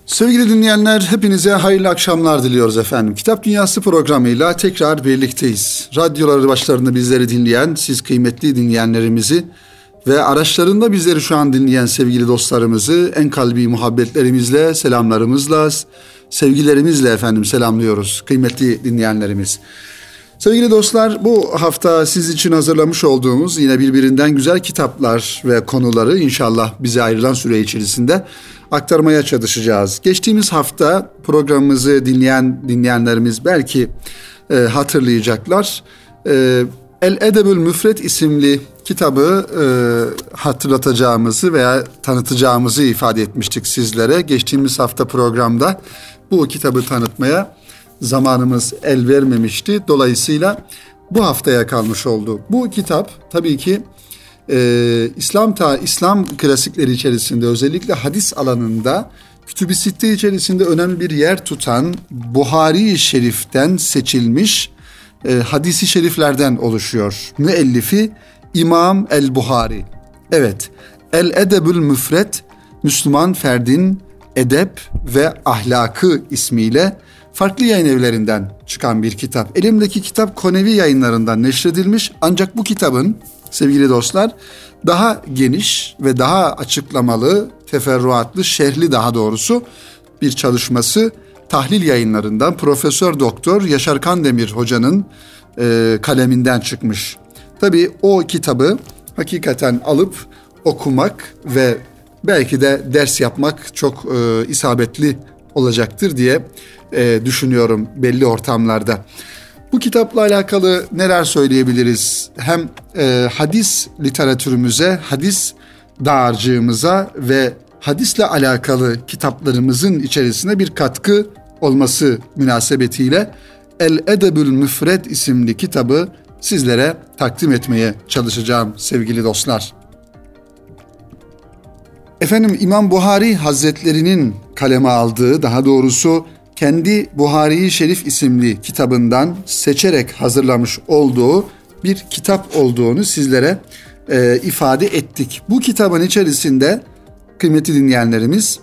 Sevgili dinleyenler, hepinize hayırlı akşamlar diliyoruz efendim. Kitap Dünyası programıyla tekrar birlikteyiz. Radyoları başlarında bizleri dinleyen, siz kıymetli dinleyenlerimizi ve araçlarında bizleri şu an dinleyen sevgili dostlarımızı en kalbi muhabbetlerimizle, selamlarımızla, sevgilerimizle efendim selamlıyoruz kıymetli dinleyenlerimiz. Sevgili dostlar, bu hafta siz için hazırlamış olduğumuz yine birbirinden güzel kitaplar ve konuları inşallah bize ayrılan süre içerisinde aktarmaya çalışacağız. Geçtiğimiz hafta programımızı dinleyenlerimiz belki hatırlayacaklar. El Edebül Müfret isimli kitabı hatırlatacağımızı veya tanıtacağımızı ifade etmiştik sizlere. Geçtiğimiz hafta programda bu kitabı tanıtmaya zamanımız el vermemişti. Dolayısıyla bu haftaya kalmış oldu. Bu kitap tabii ki İslam klasikleri içerisinde, özellikle hadis alanında Kütüb-i Sitte içerisinde önemli bir yer tutan Buhari-i Şerif'ten seçilmiş hadisi şeriflerden oluşuyor. Müellifi İmam el-Buhari. Evet, El Edebül Müfret, Müslüman ferdin edep ve ahlakı ismiyle farklı yayın evlerinden çıkan bir kitap. Elimdeki kitap Konevi Yayınlarından neşredilmiş, ancak bu kitabın sevgili dostlar daha geniş ve daha açıklamalı, teferruatlı, şerhli daha doğrusu bir çalışması Tahlil Yayınlarından Profesör Doktor Yaşar Kandemir Hoca'nın kaleminden çıkmış. Tabii o kitabı hakikaten alıp okumak ve belki de ders yapmak çok isabetli olacaktır diye düşünüyorum belli ortamlarda. Bu kitapla alakalı neler söyleyebiliriz? Hem hadis literatürümüze, hadis dağarcığımıza ve hadisle alakalı kitaplarımızın içerisine bir katkı olması münasebetiyle El Edebül Müfret isimli kitabı sizlere takdim etmeye çalışacağım sevgili dostlar. Efendim, İmam Buhari Hazretleri'nin kaleme aldığı, daha doğrusu kendi Buhari-i Şerif isimli kitabından seçerek hazırlamış olduğu bir kitap olduğunu sizlere ifade ettik. Bu kitabın içerisinde kıymetli dinleyenlerimiz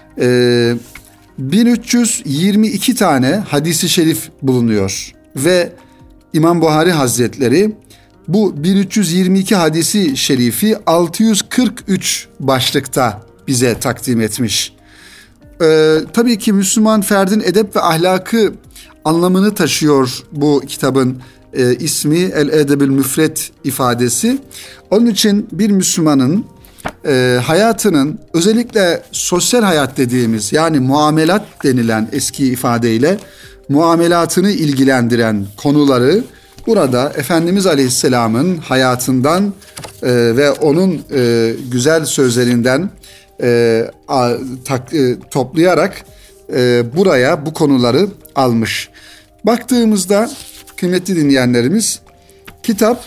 1322 tane hadisi şerif bulunuyor ve İmam Buhari Hazretleri bu 1322 hadisi şerifi 643 başlıkta bize takdim etmiş. Tabii ki Müslüman ferdin edep ve ahlakı anlamını taşıyor bu kitabın ismi El Edebül Müfret ifadesi. Onun için bir Müslümanın hayatının, özellikle sosyal hayat dediğimiz, yani muamelat denilen eski ifadeyle muamelatını ilgilendiren konuları burada Efendimiz Aleyhisselam'ın hayatından ve onun güzel sözlerinden toplayarak buraya bu konuları almış. Baktığımızda kıymetli dinleyenlerimiz, kitap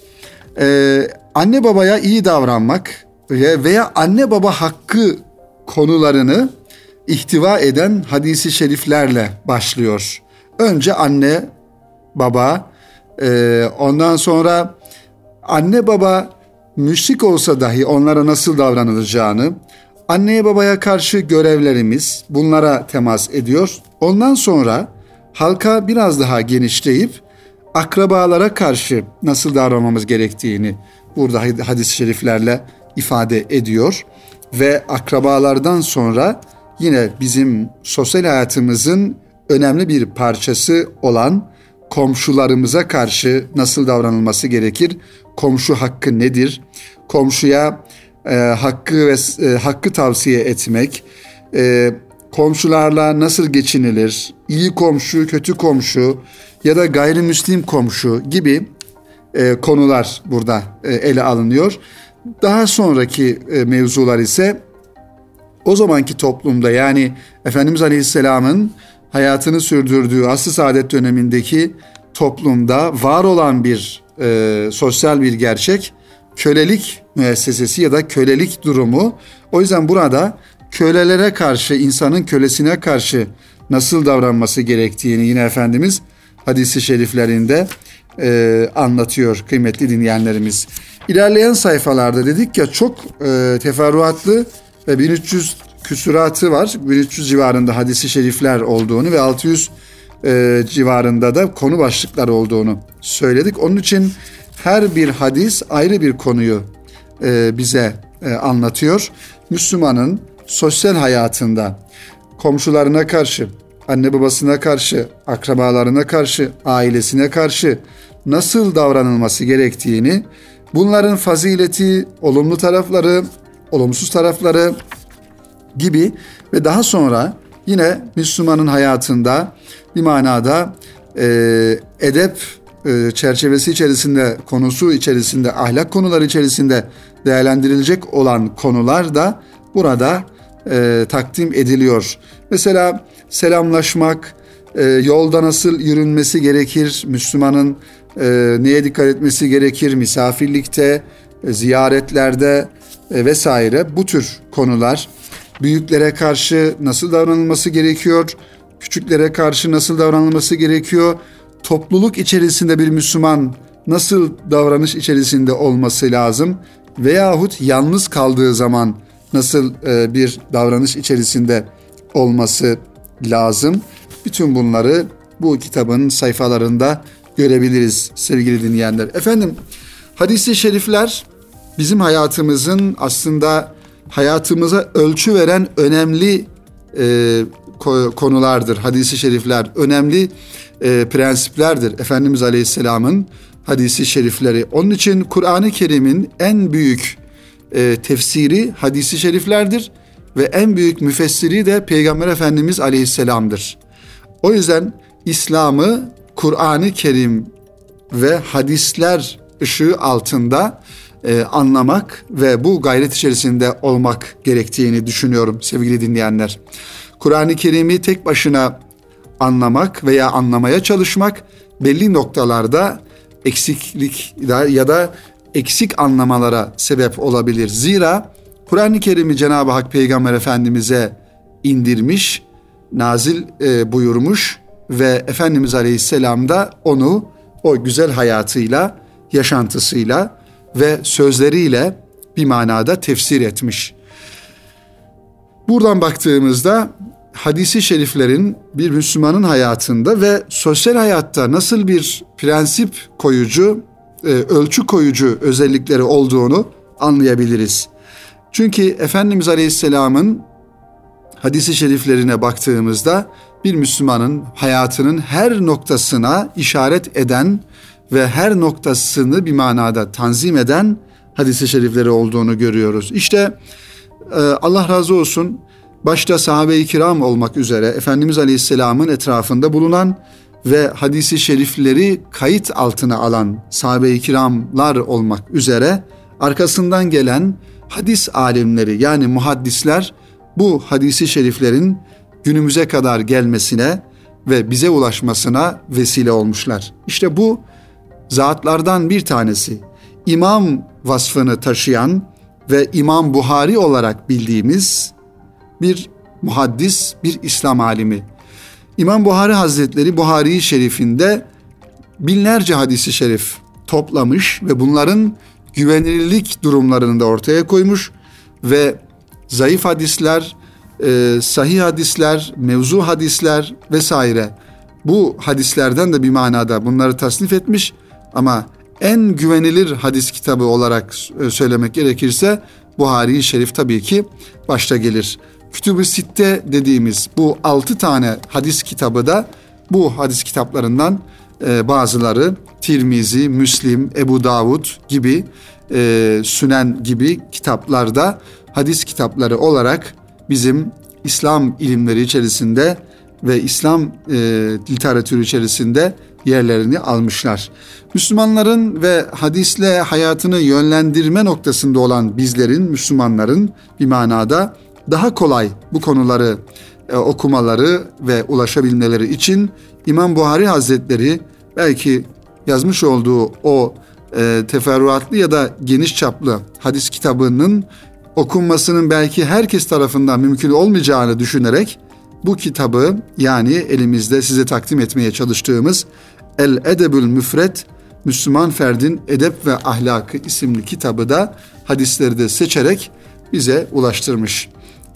anne babaya iyi davranmak veya anne baba hakkı konularını ihtiva eden hadisi şeriflerle başlıyor. Önce anne baba, ondan sonra anne baba müşrik olsa dahi onlara nasıl davranılacağını, anneye babaya karşı görevlerimiz, bunlara temas ediyor. Ondan sonra halka biraz daha genişleyip akrabalara karşı nasıl davranmamız gerektiğini burada hadis-i şeriflerle ifade ediyor. Ve akrabalardan sonra yine bizim sosyal hayatımızın önemli bir parçası olan komşularımıza karşı nasıl davranılması gerekir? Komşu hakkı nedir? Komşuya hakkı tavsiye etmek, komşularla nasıl geçinilir? İyi komşu, kötü komşu ya da gayrimüslim komşu gibi konular burada ele alınıyor. Daha sonraki mevzular ise o zamanki toplumda, yani Efendimiz Aleyhisselam'ın hayatını sürdürdüğü asr-ı saadet dönemindeki toplumda var olan bir sosyal bir gerçek, kölelik müessesesi ya da kölelik durumu. O yüzden burada kölelere karşı, insanın kölesine karşı nasıl davranması gerektiğini yine Efendimiz hadis-i şeriflerinde anlatıyor kıymetli dinleyenlerimiz. İlerleyen sayfalarda dedik ya, çok teferruatlı ve 1300 küsuratı var. 1300 civarında hadisi şerifler olduğunu ve 600 civarında da konu başlıkları olduğunu söyledik. Onun için her bir hadis ayrı bir konuyu bize anlatıyor. Müslümanın sosyal hayatında komşularına karşı, anne babasına karşı, akrabalarına karşı, ailesine karşı nasıl davranılması gerektiğini, bunların fazileti, olumlu tarafları, olumsuz tarafları gibi ve daha sonra yine Müslümanın hayatında bir manada edep çerçevesi içerisinde, konusu içerisinde, ahlak konuları içerisinde değerlendirilecek olan konular da burada takdim ediliyor. Mesela selamlaşmak, yolda nasıl yürünmesi gerekir, Müslümanın neye dikkat etmesi gerekir, misafirlikte, ziyaretlerde vesaire, bu tür konular. Büyüklere karşı nasıl davranılması gerekiyor, küçüklere karşı nasıl davranılması gerekiyor, topluluk içerisinde bir Müslüman nasıl davranış içerisinde olması lazım veyahut yalnız kaldığı zaman nasıl bir davranış içerisinde olması lazım. Bütün bunları bu kitabın sayfalarında görebiliriz sevgili dinleyenler. Efendim, hadis-i şerifler bizim hayatımızın, aslında hayatımıza ölçü veren önemli konulardır. Hadis-i şerifler önemli prensiplerdir. Efendimiz Aleyhisselam'ın hadis-i şerifleri. Onun için Kur'an-ı Kerim'in en büyük tefsiri hadis-i şeriflerdir ve en büyük müfessiri de Peygamber Efendimiz Aleyhisselam'dır. O yüzden İslam'ı Kur'an-ı Kerim ve hadisler ışığı altında anlamak ve bu gayret içerisinde olmak gerektiğini düşünüyorum sevgili dinleyenler. Kur'an-ı Kerim'i tek başına anlamak veya anlamaya çalışmak belli noktalarda eksiklik ya da eksik anlamalara sebep olabilir. Zira Kur'an-ı Kerim'i Cenab-ı Hak Peygamber Efendimiz'e indirmiş, nazil buyurmuş ve Efendimiz Aleyhisselam da onu o güzel hayatıyla, yaşantısıyla ve sözleriyle bir manada tefsir etmiş. Buradan baktığımızda hadis-i şeriflerin bir Müslümanın hayatında ve sosyal hayatta nasıl bir prensip koyucu, ölçü koyucu özellikleri olduğunu anlayabiliriz. Çünkü Efendimiz Aleyhisselam'ın hadis-i şeriflerine baktığımızda bir Müslümanın hayatının her noktasına işaret eden ve her noktasını bir manada tanzim eden hadis-i şerifleri olduğunu görüyoruz. İşte Allah razı olsun, başta sahabe-i kiram olmak üzere Efendimiz Aleyhisselam'ın etrafında bulunan ve hadis-i şerifleri kayıt altına alan sahabe-i kiramlar olmak üzere arkasından gelen hadis alimleri, yani muhaddisler bu hadis-i şeriflerin günümüze kadar gelmesine ve bize ulaşmasına vesile olmuşlar. İşte bu zatlardan bir tanesi, İmam vasfını taşıyan ve İmam Buhari olarak bildiğimiz bir muhaddis, bir İslam alimi. İmam Buhari Hazretleri Buhari-i Şerif'inde binlerce hadisi şerif toplamış ve bunların güvenilirlik durumlarını da ortaya koymuş ve zayıf hadisler, sahih hadisler, mevzu hadisler vesaire, bu hadislerden de bir manada bunları tasnif etmiş. Ama en güvenilir hadis kitabı olarak söylemek gerekirse Buhari-i Şerif tabii ki başta gelir. Kütüb-ü Sitte dediğimiz bu 6 tane hadis kitabı da bu hadis kitaplarından bazıları Tirmizi, Müslim, Ebu Davud gibi, Sünen gibi kitaplarda hadis kitapları olarak bizim İslam ilimleri içerisinde ve İslam literatürü içerisinde yerlerini almışlar. Müslümanların ve hadisle hayatını yönlendirme noktasında olan bizlerin, Müslümanların bir manada daha kolay bu konuları okumaları ve ulaşabilmeleri için İmam Buhari Hazretleri belki yazmış olduğu o teferruatlı ya da geniş çaplı hadis kitabının okunmasının belki herkes tarafından mümkün olmayacağını düşünerek bu kitabı, yani elimizde size takdim etmeye çalıştığımız El Edebül Müfret, Müslüman Ferdin Edep ve Ahlakı isimli kitabı da hadisleri de seçerek bize ulaştırmış.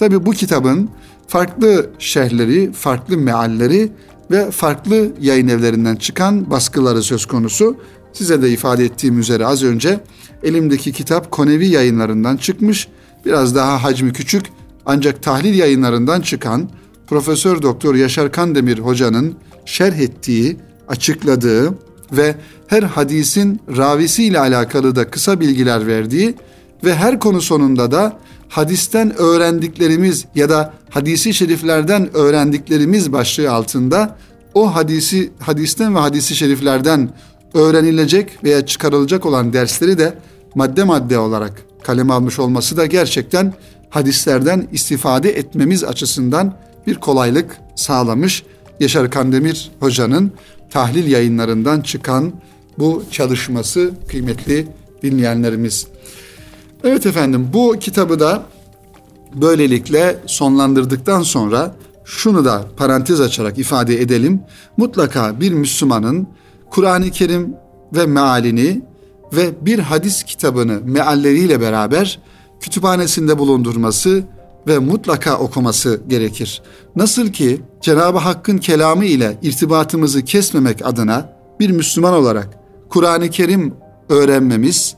Tabi bu kitabın farklı şerhleri, farklı mealleri ve farklı yayın evlerinden çıkan baskıları söz konusu. Size de ifade ettiğim üzere az önce elimdeki kitap Konevi yayınlarından çıkmış. Biraz daha hacmi küçük ancak tahlil yayınlarından çıkan Profesör Doktor Yaşar Kandemir Hoca'nın şerh ettiği, açıkladığı ve her hadisin ravisiyle alakalı da kısa bilgiler verdiği ve her konu sonunda da hadisten öğrendiklerimiz ya da hadisi şeriflerden öğrendiklerimiz başlığı altında o hadisten ve hadisi şeriflerden öğrenilecek veya çıkarılacak olan dersleri de madde madde olarak kaleme almış olması da gerçekten hadislerden istifade etmemiz açısından bir kolaylık sağlamış. Yaşar Kandemir Hoca'nın tahlil yayınlarından çıkan bu çalışması kıymetli dinleyenlerimiz. Evet efendim, bu kitabı da böylelikle sonlandırdıktan sonra şunu da parantez açarak ifade edelim. Mutlaka bir Müslümanın Kur'an-ı Kerim ve mealini ve bir hadis kitabını mealleriyle beraber kütüphanesinde bulundurması ve mutlaka okuması gerekir. Nasıl ki Cenab-ı Hakk'ın kelamı ile irtibatımızı kesmemek adına bir Müslüman olarak Kur'an-ı Kerim öğrenmemiz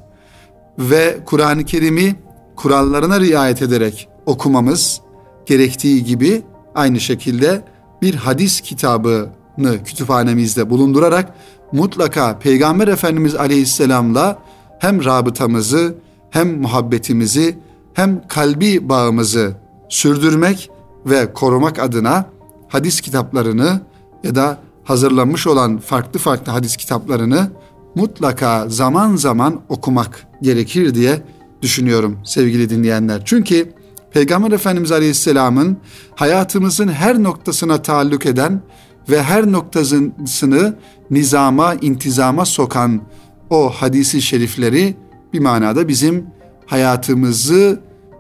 ve Kur'an-ı Kerim'i kurallarına riayet ederek okumamız gerektiği gibi aynı şekilde bir hadis kitabını kütüphanemizde bulundurarak mutlaka Peygamber Efendimiz Aleyhisselam'la hem rabıtamızı hem muhabbetimizi hem kalbi bağımızı sürdürmek ve korumak adına hadis kitaplarını ya da hazırlanmış olan farklı farklı hadis kitaplarını mutlaka zaman zaman okumak gerekir diye düşünüyorum sevgili dinleyenler. Çünkü Peygamber Efendimiz Aleyhisselam'ın hayatımızın her noktasına taalluk eden ve her noktasını nizama, intizama sokan o hadisi şerifleri bir manada bizim hayatımızı,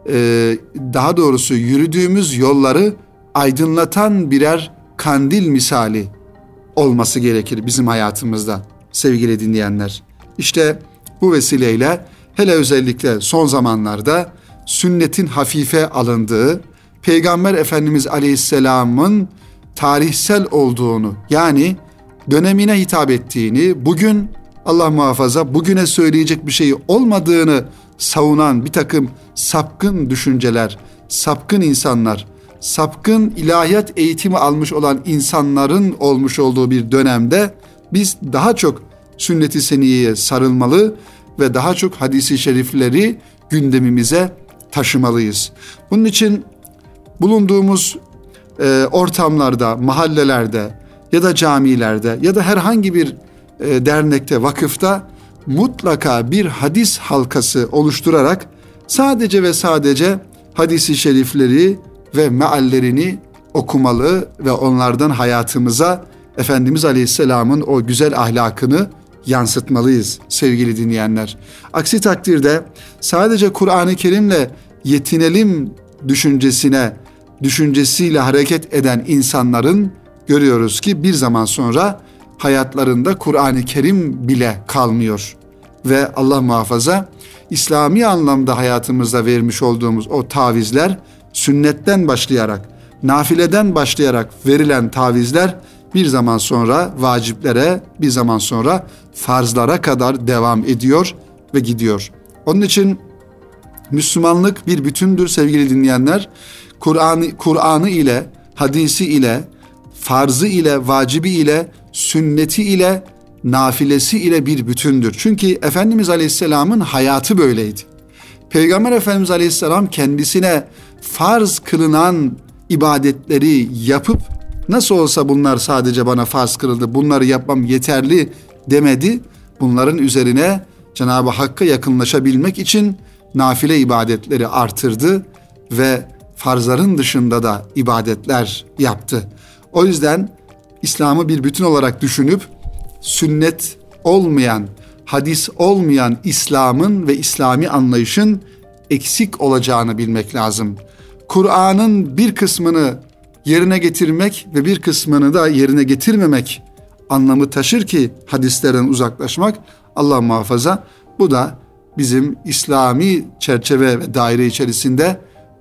daha doğrusu yürüdüğümüz yolları aydınlatan birer kandil misali olması gerekir bizim hayatımızda sevgili dinleyenler. İşte bu vesileyle hele özellikle son zamanlarda sünnetin hafife alındığı, Peygamber Efendimiz Aleyhisselam'ın tarihsel olduğunu, yani dönemine hitap ettiğini, bugün Allah muhafaza bugüne söyleyecek bir şey olmadığını savunan bir takım sapkın düşünceler, sapkın insanlar, sapkın ilahiyat eğitimi almış olan insanların olmuş olduğu bir dönemde biz daha çok sünnet-i seniyeye sarılmalı ve daha çok hadisi şerifleri gündemimize taşımalıyız. Bunun için bulunduğumuz ortamlarda, mahallelerde ya da camilerde ya da herhangi bir dernekte, vakıfta mutlaka bir hadis halkası oluşturarak sadece ve sadece hadisi şerifleri ve meallerini okumalı ve onlardan hayatımıza Efendimiz Aleyhisselam'ın o güzel ahlakını yansıtmalıyız sevgili dinleyenler. Aksi takdirde sadece Kur'an-ı Kerim'le yetinelim düşüncesiyle hareket eden insanların görüyoruz ki bir zaman sonra hayatlarında Kur'an-ı Kerim bile kalmıyor. Ve Allah muhafaza İslami anlamda hayatımızda vermiş olduğumuz o tavizler, sünnetten başlayarak, nafileden başlayarak verilen tavizler bir zaman sonra vaciplere, bir zaman sonra farzlara kadar devam ediyor ve gidiyor. Onun için Müslümanlık bir bütündür sevgili dinleyenler. Kur'an'ı ile, hadisi ile, farzı ile, vacibi ile, sünneti ile, nafilesi ile bir bütündür. Çünkü Efendimiz Aleyhisselam'ın hayatı böyleydi. Peygamber Efendimiz Aleyhisselam kendisine farz kılınan ibadetleri yapıp nasıl olsa bunlar sadece bana farz kılındı, bunları yapmam yeterli demedi. Bunların üzerine Cenab-ı Hakk'a yakınlaşabilmek için nafile ibadetleri artırdı ve farzların dışında da ibadetler yaptı. O yüzden İslam'ı bir bütün olarak düşünüp sünnet olmayan, hadis olmayan İslam'ın ve İslami anlayışın eksik olacağını bilmek lazım. Kur'an'ın bir kısmını yerine getirmek ve bir kısmını da yerine getirmemek anlamı taşır ki hadislerden uzaklaşmak. Allah muhafaza bu da bizim İslami çerçeve ve daire içerisinde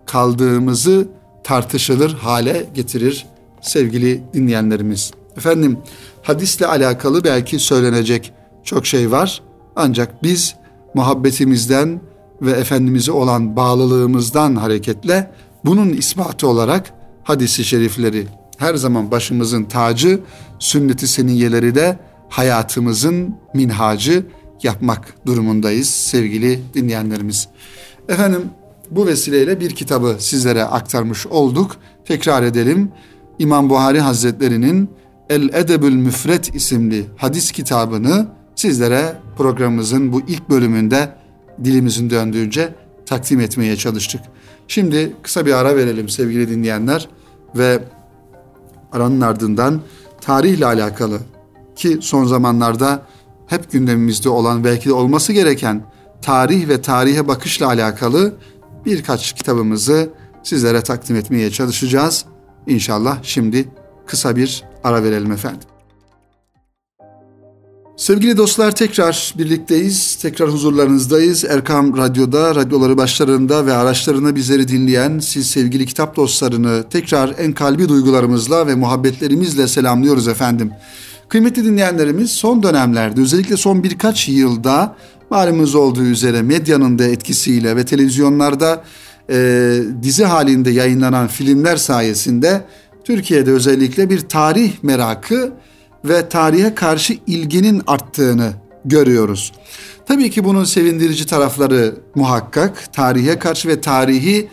kaldığımızı tartışılır hale getirir sevgili dinleyenlerimiz. Efendim, hadisle alakalı belki söylenecek çok şey var. Ancak biz muhabbetimizden ve Efendimiz'e olan bağlılığımızdan hareketle bunun ispatı olarak hadis-i şerifleri her zaman başımızın tacı, sünnet-i seniyyeleri de hayatımızın minhacı yapmak durumundayız sevgili dinleyenlerimiz. Efendim, bu vesileyle bir kitabı sizlere aktarmış olduk. Tekrar edelim. İmam Buhari Hazretleri'nin El-Edebül Müfret isimli hadis kitabını sizlere programımızın bu ilk bölümünde dilimizin döndüğünce takdim etmeye çalıştık. Şimdi kısa bir ara verelim sevgili dinleyenler ve aranın ardından tarihle alakalı ki son zamanlarda hep gündemimizde olan, belki de olması gereken tarih ve tarihe bakışla alakalı birkaç kitabımızı sizlere takdim etmeye çalışacağız. İnşallah şimdi kısa bir ara verelim efendim. Sevgili dostlar, tekrar birlikteyiz, tekrar huzurlarınızdayız. Erkam Radyo'da, radyoları başlarında ve araçlarında bizleri dinleyen siz sevgili kitap dostlarını tekrar en kalbi duygularımızla ve muhabbetlerimizle selamlıyoruz efendim. Kıymetli dinleyenlerimiz, son dönemlerde özellikle son birkaç yılda malumunuz olduğu üzere medyanın da etkisiyle ve televizyonlarda dizi halinde yayınlanan filmler sayesinde Türkiye'de özellikle bir tarih merakı ve tarihe karşı ilginin arttığını görüyoruz. Tabii ki bunun sevindirici tarafları muhakkak. Tarihe karşı ve tarihi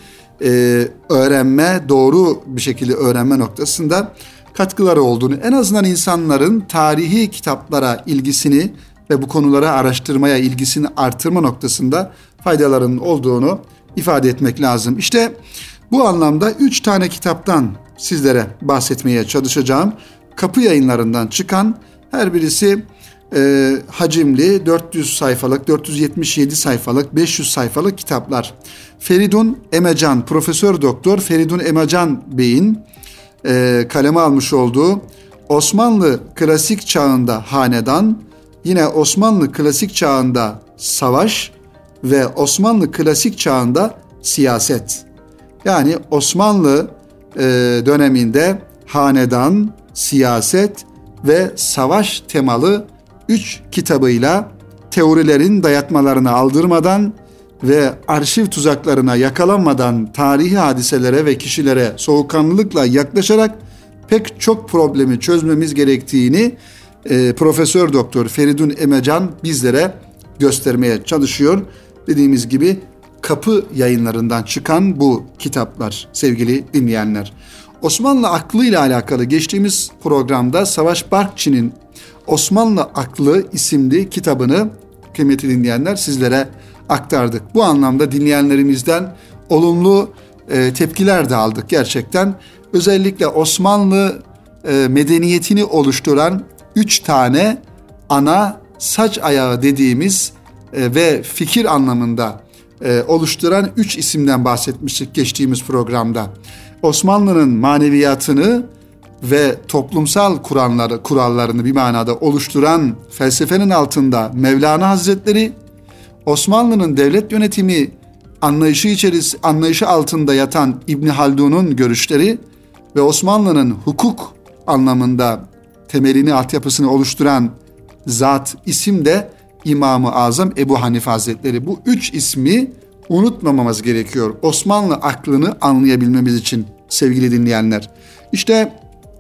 öğrenme, doğru bir şekilde öğrenme noktasında katkıları olduğunu, en azından insanların tarihi kitaplara ilgisini ve bu konuları araştırmaya ilgisini artırma noktasında faydalarının olduğunu ifade etmek lazım. İşte bu anlamda 3 tane kitaptan sizlere bahsetmeye çalışacağım. Kapı Yayınlarından çıkan, her birisi hacimli 400 sayfalık, 477 sayfalık, 500 sayfalık kitaplar. Feridun Emecan, Profesör Doktor Feridun Emecan Bey'in kaleme almış olduğu Osmanlı Klasik Çağında Hanedan, yine Osmanlı Klasik Çağında Savaş ve Osmanlı Klasik Çağında Siyaset. Yani Osmanlı döneminde hanedan, siyaset ve savaş temalı 3 kitabıyla teorilerin dayatmalarına aldırmadan ve arşiv tuzaklarına yakalanmadan tarihi hadiselere ve kişilere soğukkanlılıkla yaklaşarak pek çok problemi çözmemiz gerektiğini Profesör Doktor Feridun Emecan bizlere göstermeye çalışıyor. Dediğimiz gibi Kapı Yayınlarından çıkan bu kitaplar sevgili dinleyenler. Osmanlı aklı ile alakalı geçtiğimiz programda Savaş Barkçı'nın Osmanlı Aklı isimli kitabını kıymetli dinleyenler sizlere aktardık. Bu anlamda dinleyenlerimizden olumlu tepkiler de aldık gerçekten. Özellikle Osmanlı medeniyetini oluşturan 3 tane ana saç ayağı dediğimiz ve fikir anlamında oluşturan 3 isimden bahsetmiştik geçtiğimiz programda. Osmanlı'nın maneviyatını ve toplumsal kurallarını bir manada oluşturan felsefenin altında Mevlana Hazretleri, Osmanlı'nın devlet yönetimi anlayışı altında yatan İbn Haldun'un görüşleri ve Osmanlı'nın hukuk anlamında temelini, altyapısını oluşturan zat isim de İmam-ı Azam Ebu Hanife Hazretleri. Bu 3 ismi unutmamamız gerekiyor Osmanlı aklını anlayabilmemiz için sevgili dinleyenler. İşte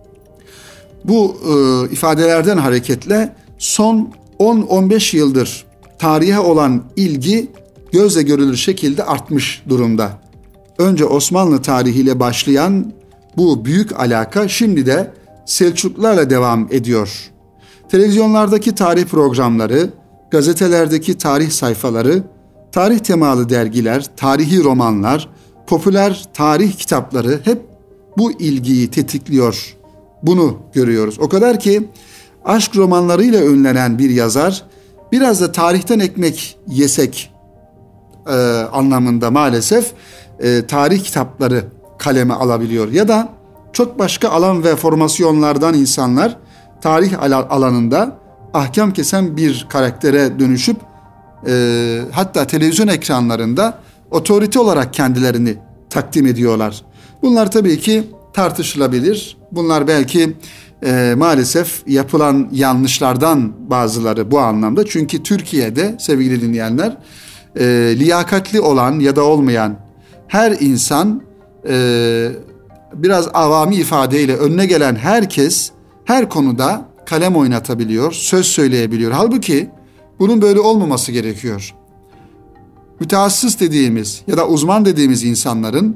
bu ifadelerden hareketle son 10-15 yıldır tarihe olan ilgi gözle görülür şekilde artmış durumda. Önce Osmanlı tarihiyle başlayan bu büyük alaka şimdi de Selçuklularla devam ediyor. Televizyonlardaki tarih programları, gazetelerdeki tarih sayfaları, tarih temalı dergiler, tarihi romanlar, popüler tarih kitapları hep bu ilgiyi tetikliyor. Bunu görüyoruz. O kadar ki aşk romanlarıyla ünlenen bir yazar biraz da tarihten ekmek yesek anlamında maalesef tarih kitapları kaleme alabiliyor. Ya da çok başka alan ve formasyonlardan insanlar tarih alanında ahkam kesen bir karaktere dönüşüp hatta televizyon ekranlarında otorite olarak kendilerini takdim ediyorlar. Bunlar tabii ki tartışılabilir. Bunlar belki maalesef yapılan yanlışlardan bazıları bu anlamda. Çünkü Türkiye'de sevgili dinleyenler liyakatli olan ya da olmayan her insan, biraz avami ifadeyle önüne gelen herkes her konuda kalem oynatabiliyor, söz söyleyebiliyor. Halbuki bunun böyle olmaması gerekiyor. Mütehassıs dediğimiz ya da uzman dediğimiz insanların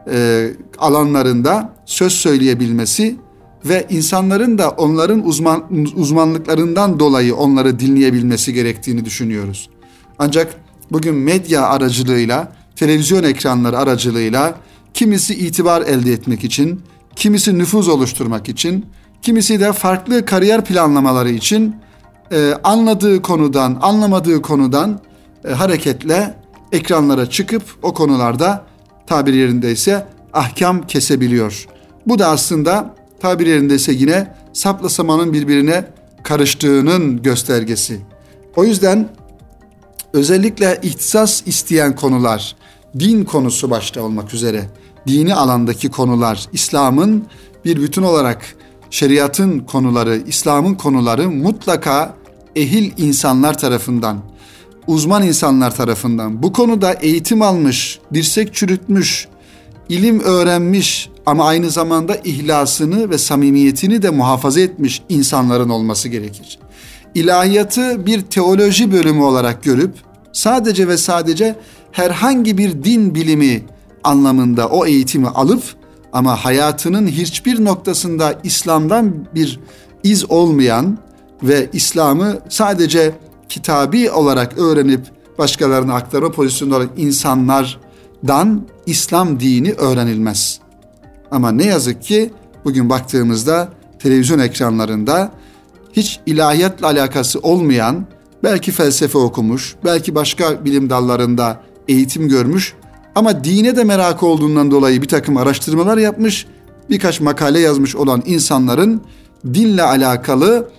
alanlarında söz söyleyebilmesi ve insanların da onların uzmanlıklarından dolayı onları dinleyebilmesi gerektiğini düşünüyoruz. Ancak bugün medya aracılığıyla, televizyon ekranları aracılığıyla kimisi itibar elde etmek için, kimisi nüfuz oluşturmak için, kimisi de farklı kariyer planlamaları için anladığı konudan, anlamadığı konudan hareketle ekranlara çıkıp o konularda tabir yerindeyse ahkam kesebiliyor. Bu da aslında tabir yerindeyse yine sapla samanın birbirine karıştığının göstergesi. O yüzden özellikle ihtisas isteyen konular, din konusu başta olmak üzere, dini alandaki konular, İslam'ın bir bütün olarak şeriatın konuları, İslam'ın konuları mutlaka ehil insanlar tarafından, uzman insanlar tarafından, bu konuda eğitim almış, dirsek çürütmüş, ilim öğrenmiş ama aynı zamanda ihlasını ve samimiyetini de muhafaza etmiş insanların olması gerekir. İlahiyatı bir teoloji bölümü olarak görüp sadece ve sadece herhangi bir din bilimi anlamında o eğitimi alıp ama hayatının hiçbir noktasında İslam'dan bir iz olmayan ve İslam'ı sadece kitabi olarak öğrenip başkalarına aktarma pozisyonunda olan insanlardan İslam dini öğrenilmez. Ama ne yazık ki bugün baktığımızda televizyon ekranlarında hiç ilahiyatla alakası olmayan, belki felsefe okumuş, belki başka bilim dallarında eğitim görmüş ama dine de merakı olduğundan dolayı bir takım araştırmalar yapmış, birkaç makale yazmış olan insanların dinle alakalı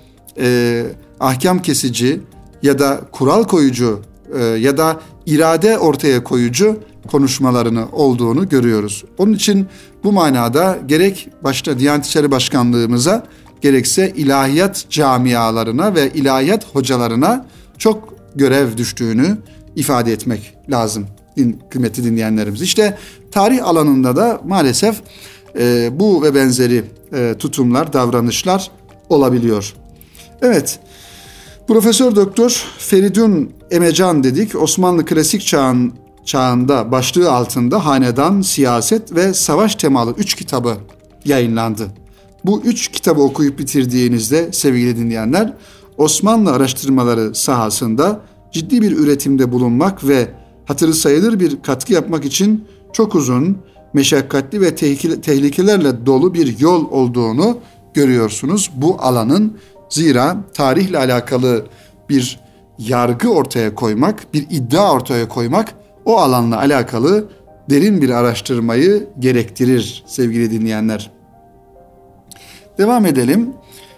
ahkam kesici ya da kural koyucu ya da irade ortaya koyucu konuşmalarını olduğunu görüyoruz. Onun için bu manada gerek başta Diyanet İşleri Başkanlığımıza gerekse ilahiyat camialarına ve ilahiyat hocalarına çok görev düştüğünü ifade etmek lazım kıymetli dinleyenlerimiz. İşte tarih alanında da maalesef bu ve benzeri tutumlar, davranışlar olabiliyor. Evet, Profesör Doktor Feridun Emecan dedik. Osmanlı klasik çağında başlığı altında hanedan, siyaset ve savaş temalı 3 kitabı yayınlandı. Bu 3 kitabı okuyup bitirdiğinizde sevgili dinleyenler, Osmanlı araştırmaları sahasında ciddi bir üretimde bulunmak ve hatırı sayılır bir katkı yapmak için çok uzun, meşakkatli ve tehlikelerle dolu bir yol olduğunu görüyorsunuz bu alanın. Zira tarihle alakalı bir yargı ortaya koymak, bir iddia ortaya koymak o alanla alakalı derin bir araştırmayı gerektirir sevgili dinleyenler. Devam edelim.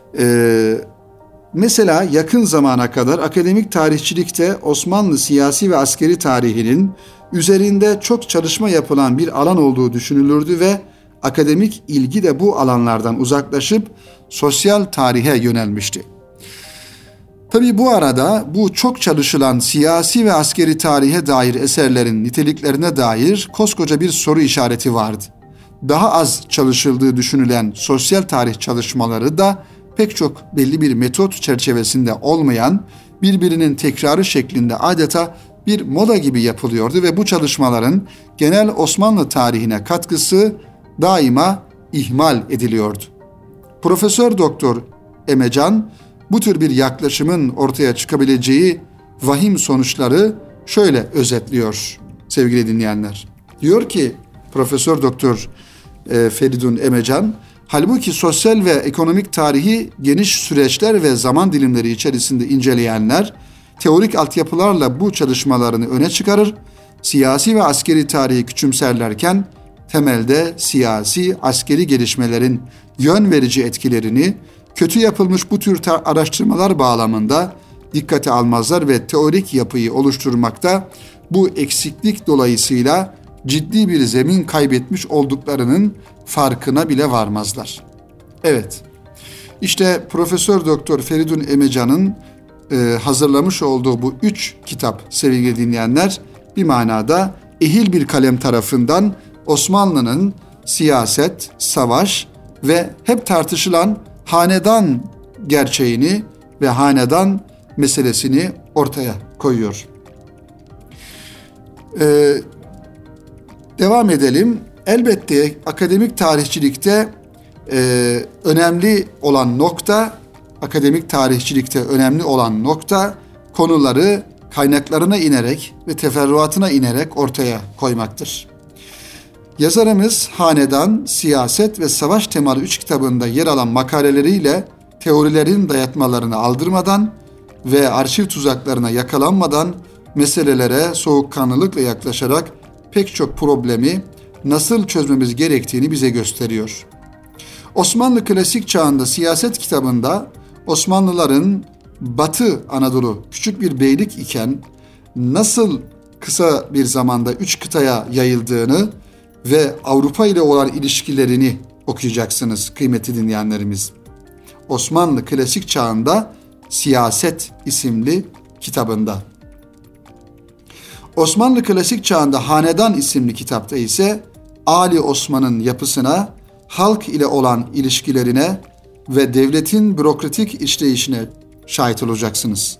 Mesela yakın zamana kadar akademik tarihçilikte Osmanlı siyasi ve askeri tarihinin üzerinde çok çalışma yapılan bir alan olduğu düşünülürdü ve akademik ilgi de bu alanlardan uzaklaşıp sosyal tarihe yönelmişti. Tabii bu arada bu çok çalışılan siyasi ve askeri tarihe dair eserlerin niteliklerine dair koskoca bir soru işareti vardı. Daha az çalışıldığı düşünülen sosyal tarih çalışmaları da pek çok belli bir metot çerçevesinde olmayan, birbirinin tekrarı şeklinde adeta bir moda gibi yapılıyordu ve bu çalışmaların genel Osmanlı tarihine katkısı daima ihmal ediliyordu. Profesör Doktor Emecan bu tür bir yaklaşımın ortaya çıkabileceği vahim sonuçları şöyle özetliyor sevgili dinleyenler. Diyor ki Profesör Doktor Feridun Emecan, halbuki sosyal ve ekonomik tarihi geniş süreçler ve zaman dilimleri içerisinde inceleyenler, teorik altyapılarla bu çalışmalarını öne çıkarır, siyasi ve askeri tarihi küçümserlerken, temelde siyasi, askeri gelişmelerin yön verici etkilerini, kötü yapılmış bu tür araştırmalar bağlamında dikkate almazlar ve teorik yapıyı oluşturmakta bu eksiklik dolayısıyla ciddi bir zemin kaybetmiş olduklarının farkına bile varmazlar. Evet, işte Profesör Doktor Feridun Emecan'ın hazırlamış olduğu bu 3 kitap sevgili dinleyenler, bir manada ehil bir kalem tarafından Osmanlı'nın siyaset, savaş ve hep tartışılan hanedan gerçeğini ve hanedan meselesini ortaya koyuyor. Devam edelim. Elbette akademik tarihçilikte önemli olan nokta, konuları kaynaklarına inerek ve teferruatına inerek ortaya koymaktır. Yazarımız hanedan, siyaset ve savaş temalı 3 kitabında yer alan makaleleriyle teorilerin dayatmalarını aldırmadan ve arşiv tuzaklarına yakalanmadan meselelere soğukkanlılıkla yaklaşarak pek çok problemi nasıl çözmemiz gerektiğini bize gösteriyor. Osmanlı klasik çağında siyaset kitabında Osmanlıların Batı Anadolu küçük bir beylik iken nasıl kısa bir zamanda 3 kıtaya yayıldığını ve Avrupa ile olan ilişkilerini okuyacaksınız kıymetli dinleyenlerimiz. Osmanlı klasik çağında Siyaset isimli kitabında. Osmanlı klasik çağında Hanedan isimli kitapta ise Ali Osman'ın yapısına, halk ile olan ilişkilerine ve devletin bürokratik işleyişine şahit olacaksınız.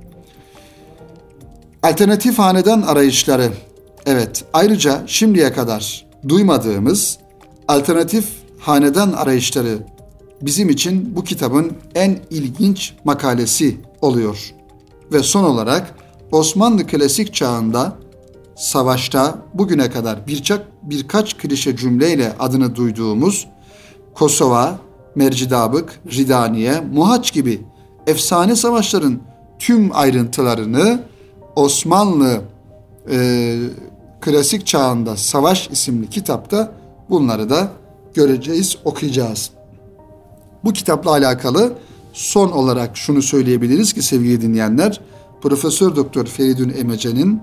Alternatif hanedan arayışları. Evet, ayrıca şimdiye kadar duymadığımız alternatif hanedan arayışları bizim için bu kitabın en ilginç makalesi oluyor. Ve son olarak Osmanlı klasik çağında savaşta bugüne kadar birkaç klişe cümleyle adını duyduğumuz Kosova, Mercidabık, Ridaniye, Muhaç gibi efsane savaşların tüm ayrıntılarını Osmanlı klasik çağında Savaş isimli kitapta bunları da göreceğiz, okuyacağız. Bu kitapla alakalı son olarak şunu söyleyebiliriz ki sevgili dinleyenler, Profesör Doktor Feridun Emecan'ın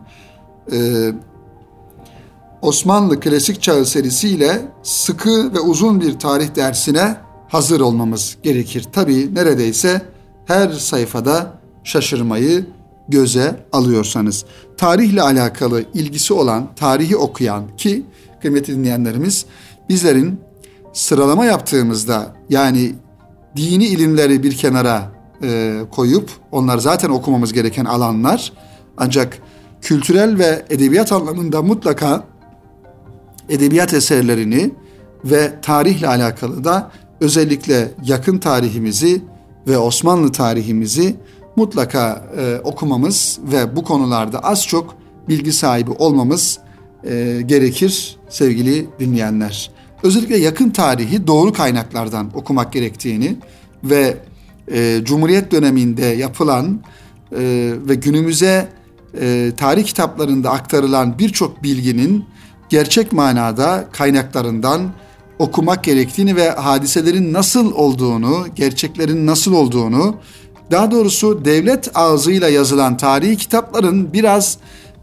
Osmanlı Klasik Çağı serisiyle sıkı ve uzun bir tarih dersine hazır olmamız gerekir. Tabii neredeyse her sayfada şaşırmayı göze alıyorsanız. Tarihle alakalı ilgisi olan, tarihi okuyan ki kıymetli dinleyenlerimiz bizlerin sıralama yaptığımızda yani dini ilimleri bir kenara koyup onlar zaten okumamız gereken alanlar, ancak kültürel ve edebiyat anlamında mutlaka edebiyat eserlerini ve tarihle alakalı da özellikle yakın tarihimizi ve Osmanlı tarihimizi mutlaka okumamız ve bu konularda az çok bilgi sahibi olmamız gerekir sevgili dinleyenler. Özellikle yakın tarihi doğru kaynaklardan okumak gerektiğini ve Cumhuriyet döneminde yapılan ve günümüze tarih kitaplarında aktarılan birçok bilginin gerçek manada kaynaklarından okumak gerektiğini ve hadiselerin nasıl olduğunu, gerçeklerin nasıl olduğunu, daha doğrusu devlet ağzıyla yazılan tarihi kitapların biraz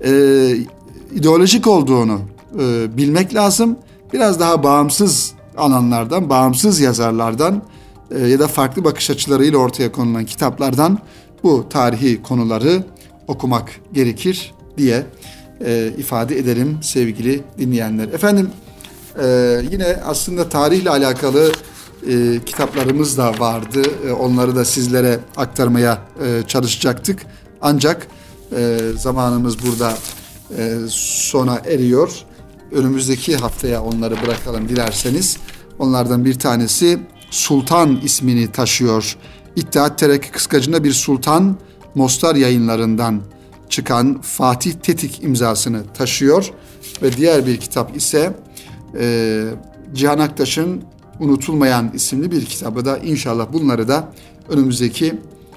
ideolojik olduğunu bilmek lazım. Biraz daha bağımsız alanlardan, bağımsız yazarlardan ya da farklı bakış açılarıyla ortaya konulan kitaplardan bu tarihi konuları okumak gerekir diye ifade edelim sevgili dinleyenler. Efendim yine aslında tarihle alakalı kitaplarımız da vardı. Onları da sizlere aktarmaya çalışacaktık. Ancak zamanımız burada sona eriyor. Önümüzdeki haftaya onları bırakalım dilerseniz. Onlardan bir tanesi Sultan ismini taşıyor. İttihat Terakki Kıskacı'nda bir Sultan, Mostar Yayınlarından çıkan Fatih Tetik imzasını taşıyor. Ve diğer bir kitap ise Cihan Aktaş'ın Unutulmayan isimli bir kitabı da inşallah bunları da önümüzdeki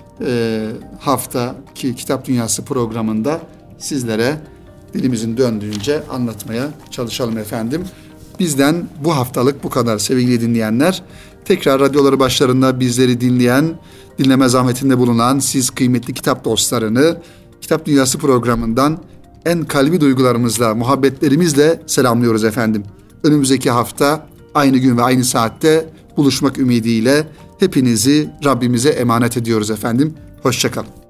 haftaki Kitap Dünyası programında sizlere dilimizin döndüğünce anlatmaya çalışalım efendim. Bizden bu haftalık bu kadar sevgili dinleyenler. Tekrar radyoları başlarında bizleri dinleyen, dinleme zahmetinde bulunan siz kıymetli kitap dostlarını Kitap Dünyası programından en kalbi duygularımızla, muhabbetlerimizle selamlıyoruz efendim. Önümüzdeki hafta aynı gün ve aynı saatte buluşmak ümidiyle hepinizi Rabbimize emanet ediyoruz efendim. Hoşça kalın.